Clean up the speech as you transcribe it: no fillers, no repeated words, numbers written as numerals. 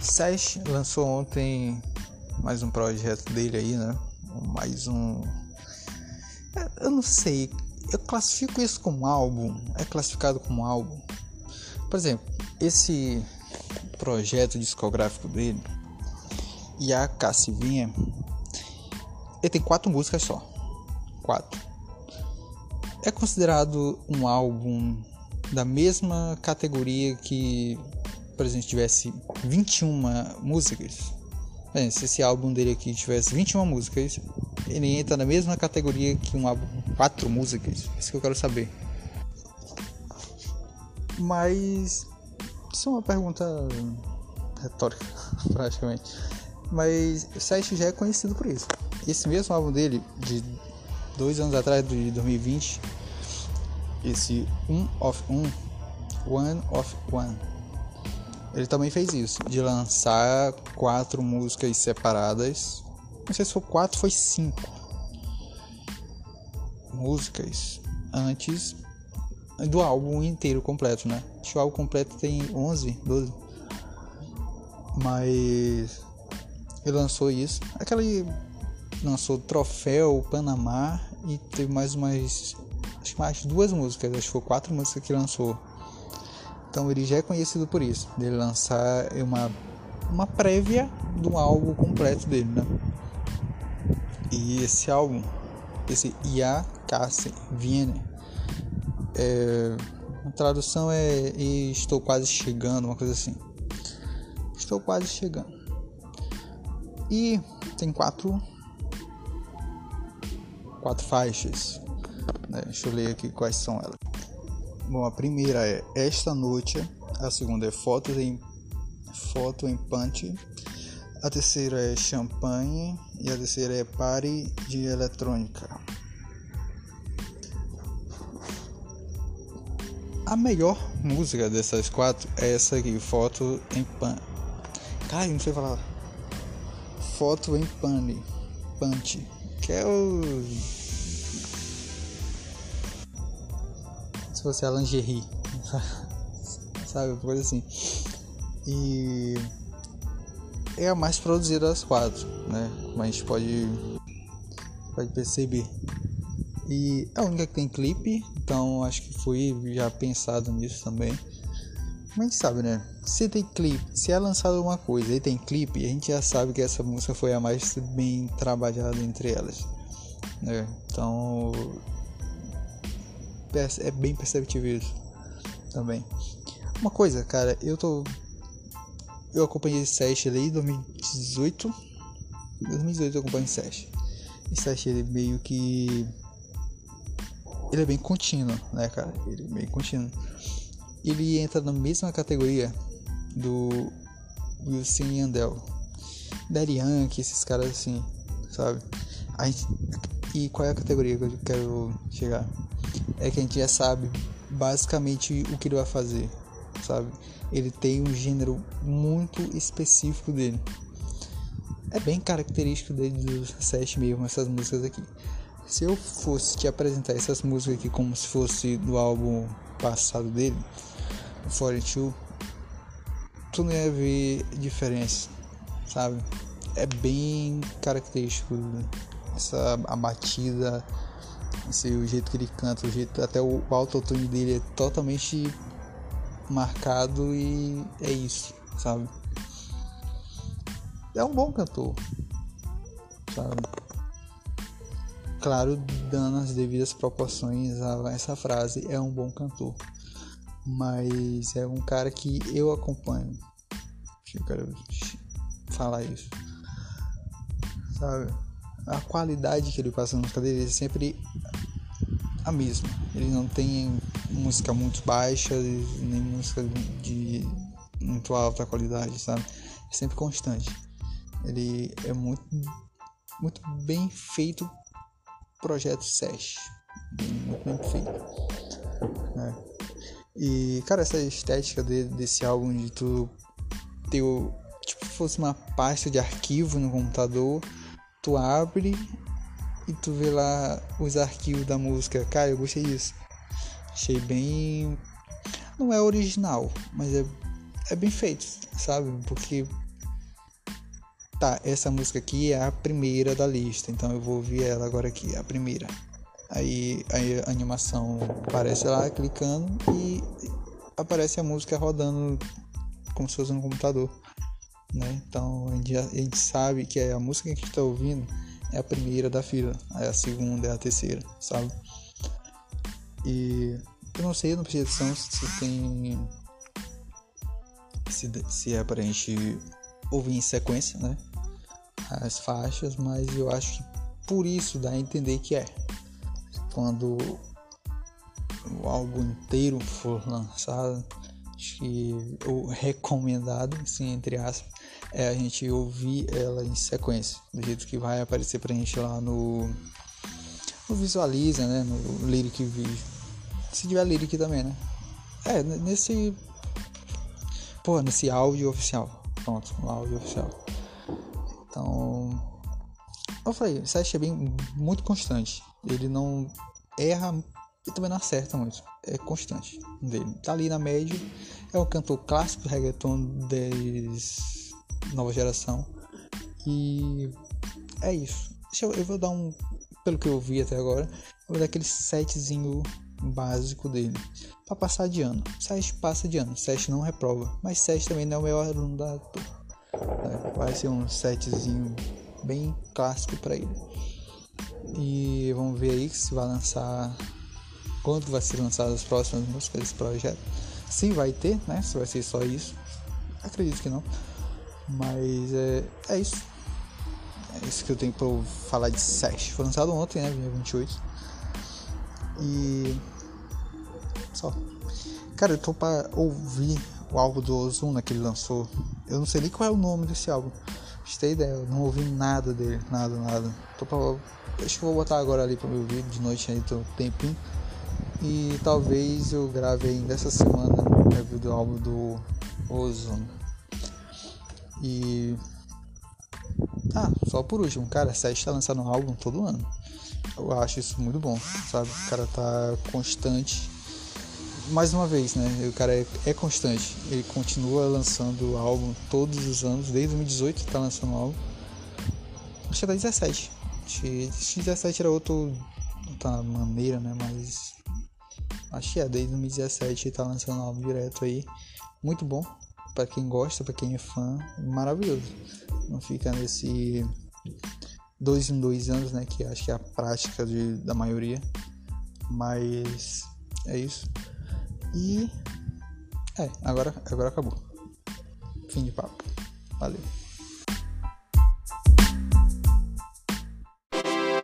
Sesh lançou ontem mais um projeto dele aí, né? Mais um... Eu não sei, eu classifico isso como álbum? É classificado como álbum? Por exemplo, esse projeto discográfico dele, Ya Cassivinha, ele tem 4 músicas só. 4. É considerado um álbum da mesma categoria que, por exemplo, tivesse 21 músicas. Se esse álbum dele aqui tivesse 21 músicas, ele entra na mesma categoria que um álbum com 4 músicas. Isso que eu quero saber. Mas isso é uma pergunta retórica, praticamente. Mas o Sesh já é conhecido por isso. Esse mesmo álbum dele, de 2 anos atrás, de 2020, esse One of One, ele também fez isso, de lançar 4 músicas separadas. Não sei se foi 4, foi 5 músicas antes do álbum inteiro completo, né? Acho que o álbum completo tem 11, 12. Mas ele lançou isso. Ele lançou Troféu, Panamá e teve mais 2 músicas. Acho que foi 4 músicas que lançou. Então ele já é conhecido por isso, dele lançar uma prévia do álbum completo dele, né? E esse álbum, esse Ya Cassivinha, a tradução é Estou Quase Chegando, uma coisa assim. Estou quase chegando. E tem 4 faixas, né? Deixa eu ler aqui quais são elas. Bom, a primeira é Esta Noite, a segunda é Foto em Punch, a terceira é Champanhe e a terceira é Party de Eletrônica. A melhor música dessas 4 é essa aqui, Foto em Punch. Cara, não sei falar. Foto em Punch, que é o... se fosse a lingerie, sabe, coisa assim. E é a mais produzida das 4, né? Como a gente pode perceber. E é a única que tem clipe, então acho que foi já pensado nisso também. Mas a gente sabe, né? Se tem clipe, se é lançado alguma coisa e tem clipe, a gente já sabe que essa música foi a mais bem trabalhada entre elas, né? Então é bem perceptível isso também. Uma coisa, cara, eu acompanhei esse Sesh ali em 2018 eu acompanho esse Sesh. Esse Sesh, ele meio que... ele é bem contínuo, né, cara? Ele é bem contínuo. Ele entra na mesma categoria do Wilson e Yandel, Daddy Yankee, esses caras assim, sabe? E qual é a categoria que eu quero chegar? É que a gente já sabe basicamente o que ele vai fazer, sabe? Ele tem um gênero muito específico dele. É bem característico dele, do Sesh mesmo, essas músicas aqui. Se eu fosse te apresentar essas músicas aqui como se fosse do álbum passado dele, 42, tu não ia ver diferença, sabe? É bem característico a batida, o jeito que ele canta, até o autotune dele é totalmente marcado e é isso, sabe? É um bom cantor, sabe? Claro, dando as devidas proporções a essa frase, é um bom cantor. Mas é um cara que eu acompanho. Eu quero falar isso, sabe? A qualidade que ele passa na música dele é sempre a mesma. Ele não tem música muito baixa, nem música de muito alta qualidade, sabe? É sempre constante. Ele é muito bem feito. Projeto Sesh, muito bem feito, né? E, cara, essa estética desse álbum de tu ter tipo fosse uma pasta de arquivo no computador, tu abre e tu vê lá os arquivos da música. Cara, eu gostei disso. Achei bem... não é original, mas é bem feito, sabe? Porque tá, essa música aqui é a primeira da lista, então eu vou ouvir ela agora aqui, a primeira. Aí a animação aparece lá, clicando, e aparece a música rodando como se fosse no computador, né? Então a gente sabe que a música que a gente tá ouvindo é a primeira da fila, aí a segunda é a terceira, sabe? E eu não sei, na prestação se tem, se é pra gente ouvir em sequência, né, as faixas, mas eu acho que por isso dá a entender que quando o álbum inteiro for lançado, acho que o recomendado, assim, entre aspas, é a gente ouvir ela em sequência, do jeito que vai aparecer pra gente lá no Visualiza, né, no Lyric Video, se tiver Lyric também, né, nesse áudio oficial, pronto, no áudio oficial. Então, eu falei, o Seth é muito constante, ele não erra e também não acerta muito, é constante dele, tá ali na média, é um cantor clássico, reggaeton nova geração, e é isso. Eu vou dar pelo que eu vi até agora, eu vou dar aquele setzinho básico dele, pra passar de ano. Seth passa de ano, Seth não reprova, mas Seth também não é o melhor aluno da turma, vai ser um setzinho bem clássico pra ele. E vamos ver aí se vai lançar, quando vai ser lançado as próximas músicas desse projeto, se vai ter, né, se vai ser só isso, acredito que não, mas é isso. É isso que eu tenho pra falar de Seth. Foi lançado ontem, né, dia 28. E só. Cara, eu tô pra ouvir o álbum do Ozuna que ele lançou. Eu não sei nem qual é o nome desse álbum. Pra você ter ideia, eu não ouvi nada dele. Nada. Acho que vou botar agora ali pra me ouvir de noite aí, tô um tempinho. E talvez eu grave ainda essa semana o review do álbum do Ozuna. E só por último, cara, Seth tá lançando um álbum todo ano. Eu acho isso muito bom, sabe? O cara tá constante. Mais uma vez, né? O cara é constante. Ele continua lançando álbum todos os anos. Desde 2018 tá lançando álbum. Acho que é 17. Acho que 17 era outra maneira, né? Mas acho que desde 2017 tá lançando álbum direto aí. Muito bom. Pra quem gosta, pra quem é fã. Maravilhoso. Não fica nesse 2 em 2 anos, né? Que acho que é a prática da maioria. Mas é isso. E agora acabou. Fim de papo. Valeu.